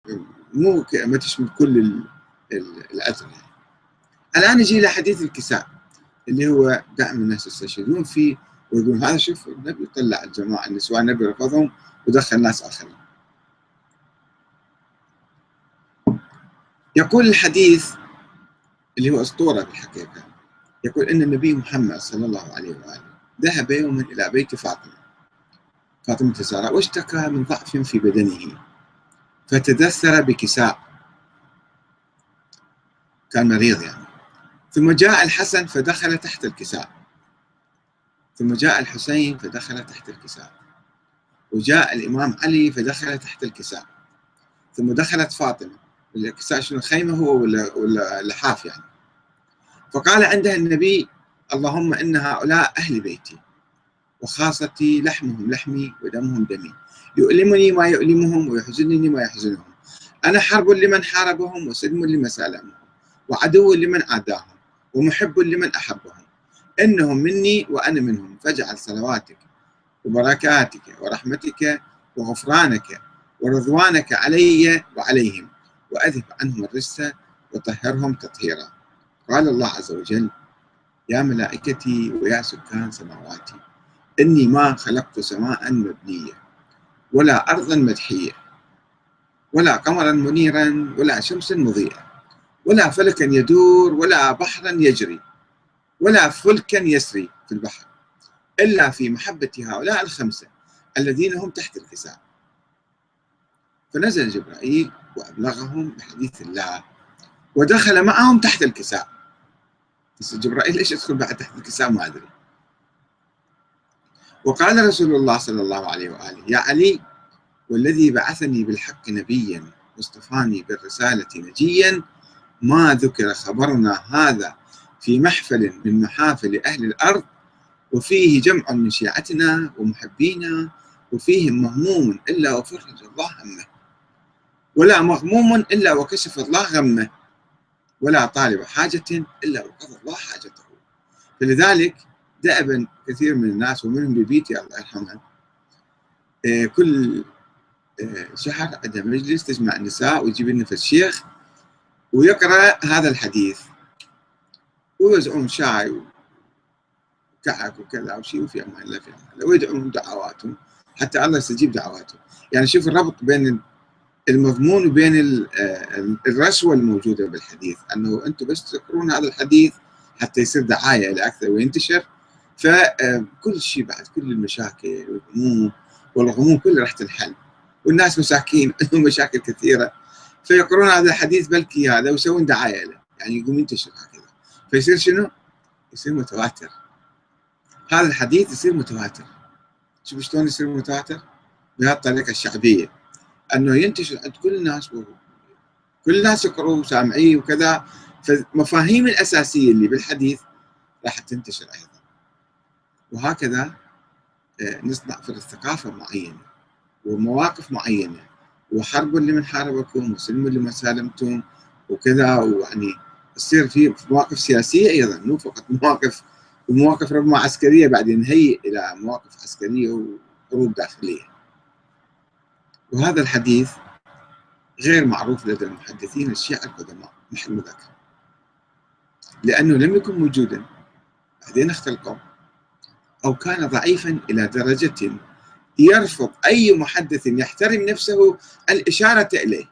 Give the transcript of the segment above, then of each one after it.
مو ما تشمل كل الأذن. الآن نجي إلى حديث الكساء اللي هو دائما الناس يستشهدون فيه ويقولون هذا شوف النبي طلع الجماعة النسوان، النبي رفضهم ودخل ناس آخرين. يقول الحديث اللي هو أسطورة بالحقيقة، يقول إن النبي محمد صلى الله عليه وآله ذهب يوما إلى بيت فاطمة الزهراء واشتكى من ضعف في بدنه فتدثر بكساء، كان مريض يعني. ثم جاء الحسن فدخل تحت الكساء، ثم جاء الحسين فدخل تحت الكساء، وجاء الإمام علي فدخل تحت الكساء، ثم دخلت فاطمة. الكساء شنو، خيمة هو ولا لحاف يعني. فقال عندها النبي اللهم إن هؤلاء أهل بيتي وخاصتي، لحمهم لحمي ودمهم دمي، يؤلمني ما يؤلمهم ويحزنني ما يحزنهم، أنا حرب لمن حاربهم وسلم لمن سالمهم وعدو لمن عاداهم ومحب لمن أحبهم، إنهم مني وأنا منهم، فاجعل صلواتك وبركاتك ورحمتك وغفرانك ورضوانك علي وعليهم وأذهب عنهم الرجس وطهرهم تطهيرا. قال الله عز وجل يا ملائكتي ويا سكان سماواتي إني ما خلقت سماء مبنية ولا أرضا مدحية ولا قمرا منيرا ولا شمسا مضيئة ولا فلكا يدور ولا بحرا يجري ولا فلكا يسري في البحر إلا في محبة هؤلاء الخمسة الذين هم تحت الكساء. فنزل جبرائيل وأبلغهم بحديث الله ودخل معهم تحت الكساء. بس جبرائيل ليش يدخل بعد تحت الكساء ما أدري. وقال رسول الله صلى الله عليه وآله يا علي والذي بعثني بالحق نبيا واصطفاني بالرسالة نجيا ما ذكر خبرنا هذا في محفل من محافل أهل الأرض وفيه جمع من شيعتنا ومحبينا وفيهم مهموم إلا وفرج الله همه ولا مغموم إلا وكشف الله غمه ولا طالب حاجة إلا وقضى الله حاجته. فلذلك دأبا كثير من الناس ومنهم ببيتي الله يرحمها كل شهر عندها مجلس تجمع النساء ويجيب لنا الشيخ ويقرأ هذا الحديث ويوزعون شاي وكعك وكذا وشيء وفي أمان الله في أمان الله ويدعون دعواتهم حتى الله يستجيب دعواتهم. يعني شوف الربط بين المضمون وبين الرشوة الموجودة بالحديث، أنه أنتم بس تقرون هذا الحديث حتى يصير دعاية إلى أكثر وينتشر، فكل شيء بعد كل المشاكل والغموم كلها راح تنحل والناس مساكين عندهم مشاكل كثيرة فيقرون هذا الحديث بلكي هذا ويسوون دعاية له، يعني يقوم ينتشر هكذا فيصير شنو؟ يصير متواتر. هذا الحديث يصير متواتر. شوف شلون يصير متواتر؟ بهذه الطريقة الشعبية أنه ينتشر عند كل الناس كل الناس يقروا وسامعيه وكذا، فمفاهيم الأساسية اللي بالحديث راح تنتشر أيضا. وهكذا نصنع في الثقافة معينة ومواقف معينة وحرب لمن حاربكم وسلم لمن سالمتم وكذا، ويعني تصير في مواقف سياسية أيضا مو فقط مواقف ربما عسكرية بعدين نهيئ إلى مواقف عسكرية وحروب داخلية. وهذا الحديث غير معروف لدى المحدثين الشيعة القدماء محل مذاكرة لأنه لم يكن موجودا بعدين اختلقوا أو كان ضعيفا إلى درجة يرفض أي محدث يحترم نفسه الإشارة إليه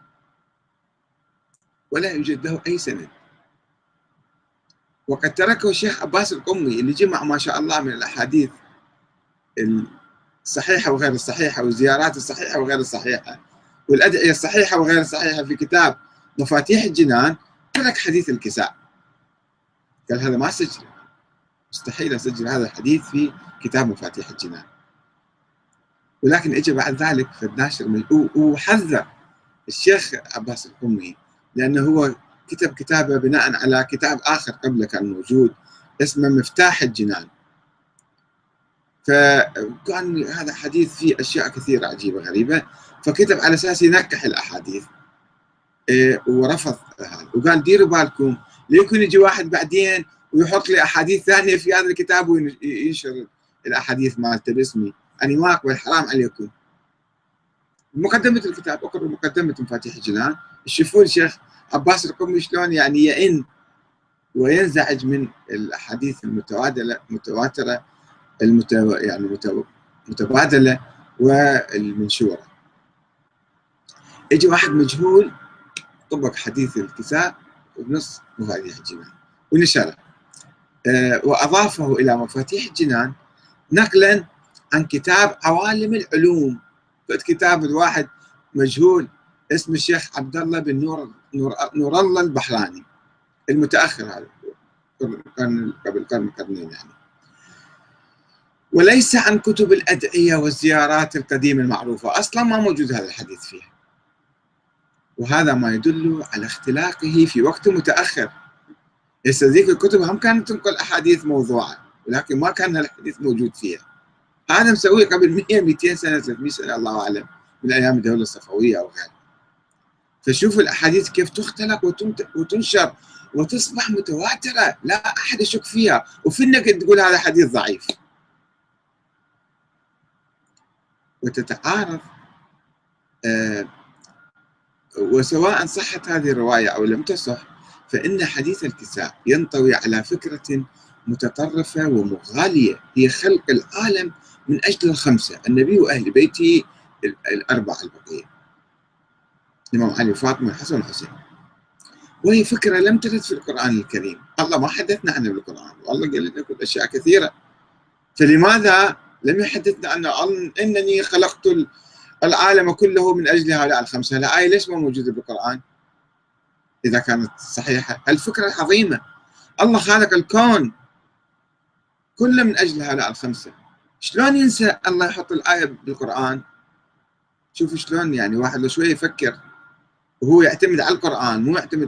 ولا يوجد له أي سند. وقد تركه الشيخ عباس القمي اللي جمع ما شاء الله من الأحاديث الصحيحة وغير الصحيحة والزيارات الصحيحة وغير الصحيحة والأدعية الصحيحة وغير الصحيحة في كتاب مفاتيح الجنان. ترك حديث الكساء، قال هذا ما سجل، مستحيل أسجل هذا الحديث في كتاب مفاتيح الجنان. ولكن اجى بعد ذلك في الناشر وحذر الشيخ عباس القمي لأنه هو كتب كتابه بناء على كتاب آخر قبله كان موجود اسمه مفتاح الجنان، فكان هذا حديث فيه أشياء كثيرة عجيبة غريبة، فكتب على أساس ينكح الأحاديث ورفض هذا وقال ديروا بالكم ليكون يجي واحد بعدين ويحط لي أحاديث ثانية في هذا الكتاب وينشر الأحاديث مالته باسمي، أنا ما أقبل، حرام عليكم. مقدمة الكتاب، اقرأوا مقدمة مفاتيح الجنان، تشوفون الشيخ عباس القمي شلون يعني يئن وينزعج من الأحاديث المتواترة يعني متبادلة والمنشورة. يجي واحد مجهول طبق حديث الكتاب بنص مفاتيح الجنان ونشره، وأضافه إلى مفاتيح الجنان نقلا عن كتاب عوالم العلوم، كتاب الواحد مجهول اسم الشيخ عبد الله بن نور الله البحراني المتأخر، هذا قبل قرنين يعني، وليس عن كتب الأدعية والزيارات القديمة المعروفة، أصلا ما موجود هذا الحديث فيها، وهذا ما يدل على اختلاقه في وقت متأخر. ذيك الكتب هم كانت تنقل أحاديث موضوعة، ولكن ما كان الحديث موجود فيها. هذا مسويه قبل 100 200 سنة 300 سنة الله أعلم، من أيام الدولة الصفوية أو غيرها. فشوفوا الأحاديث كيف تختلق وتنشر وتصبح متواترة لا أحد يشك فيها، وفي إنك تقول هذا حديث ضعيف وتتعارض. وسواء صحت هذه الرواية أو لم تصح، فإن حديث الكساء ينطوي على فكرة متطرفة ومغالية، هي خلق العالم من أجل الخمسة، النبي وأهل بيته الأربعة البقية، الإمام علي وفاطمة والحسن والحسين، وهي فكرة لم ترد في القرآن الكريم، الله ما حدثنا عنها بالقرآن، والله قال لنا أشياء كثيرة، فلماذا لم يحدثنا عنه؟ إنني خلقت العالم كله من أجل هؤلاء الخمسة، الآية ليش ما موجودة بالقرآن إذا كانت صحيحة؟ الفكرة العظيمة، الله خالق الكون كله من أجل هؤلاء الخمسة، شلون ينسى الله يحط الآية بالقرآن؟ شوفوا شلون يعني واحد لو شوية يفكر وهو يعتمد على القرآن مو يعتمد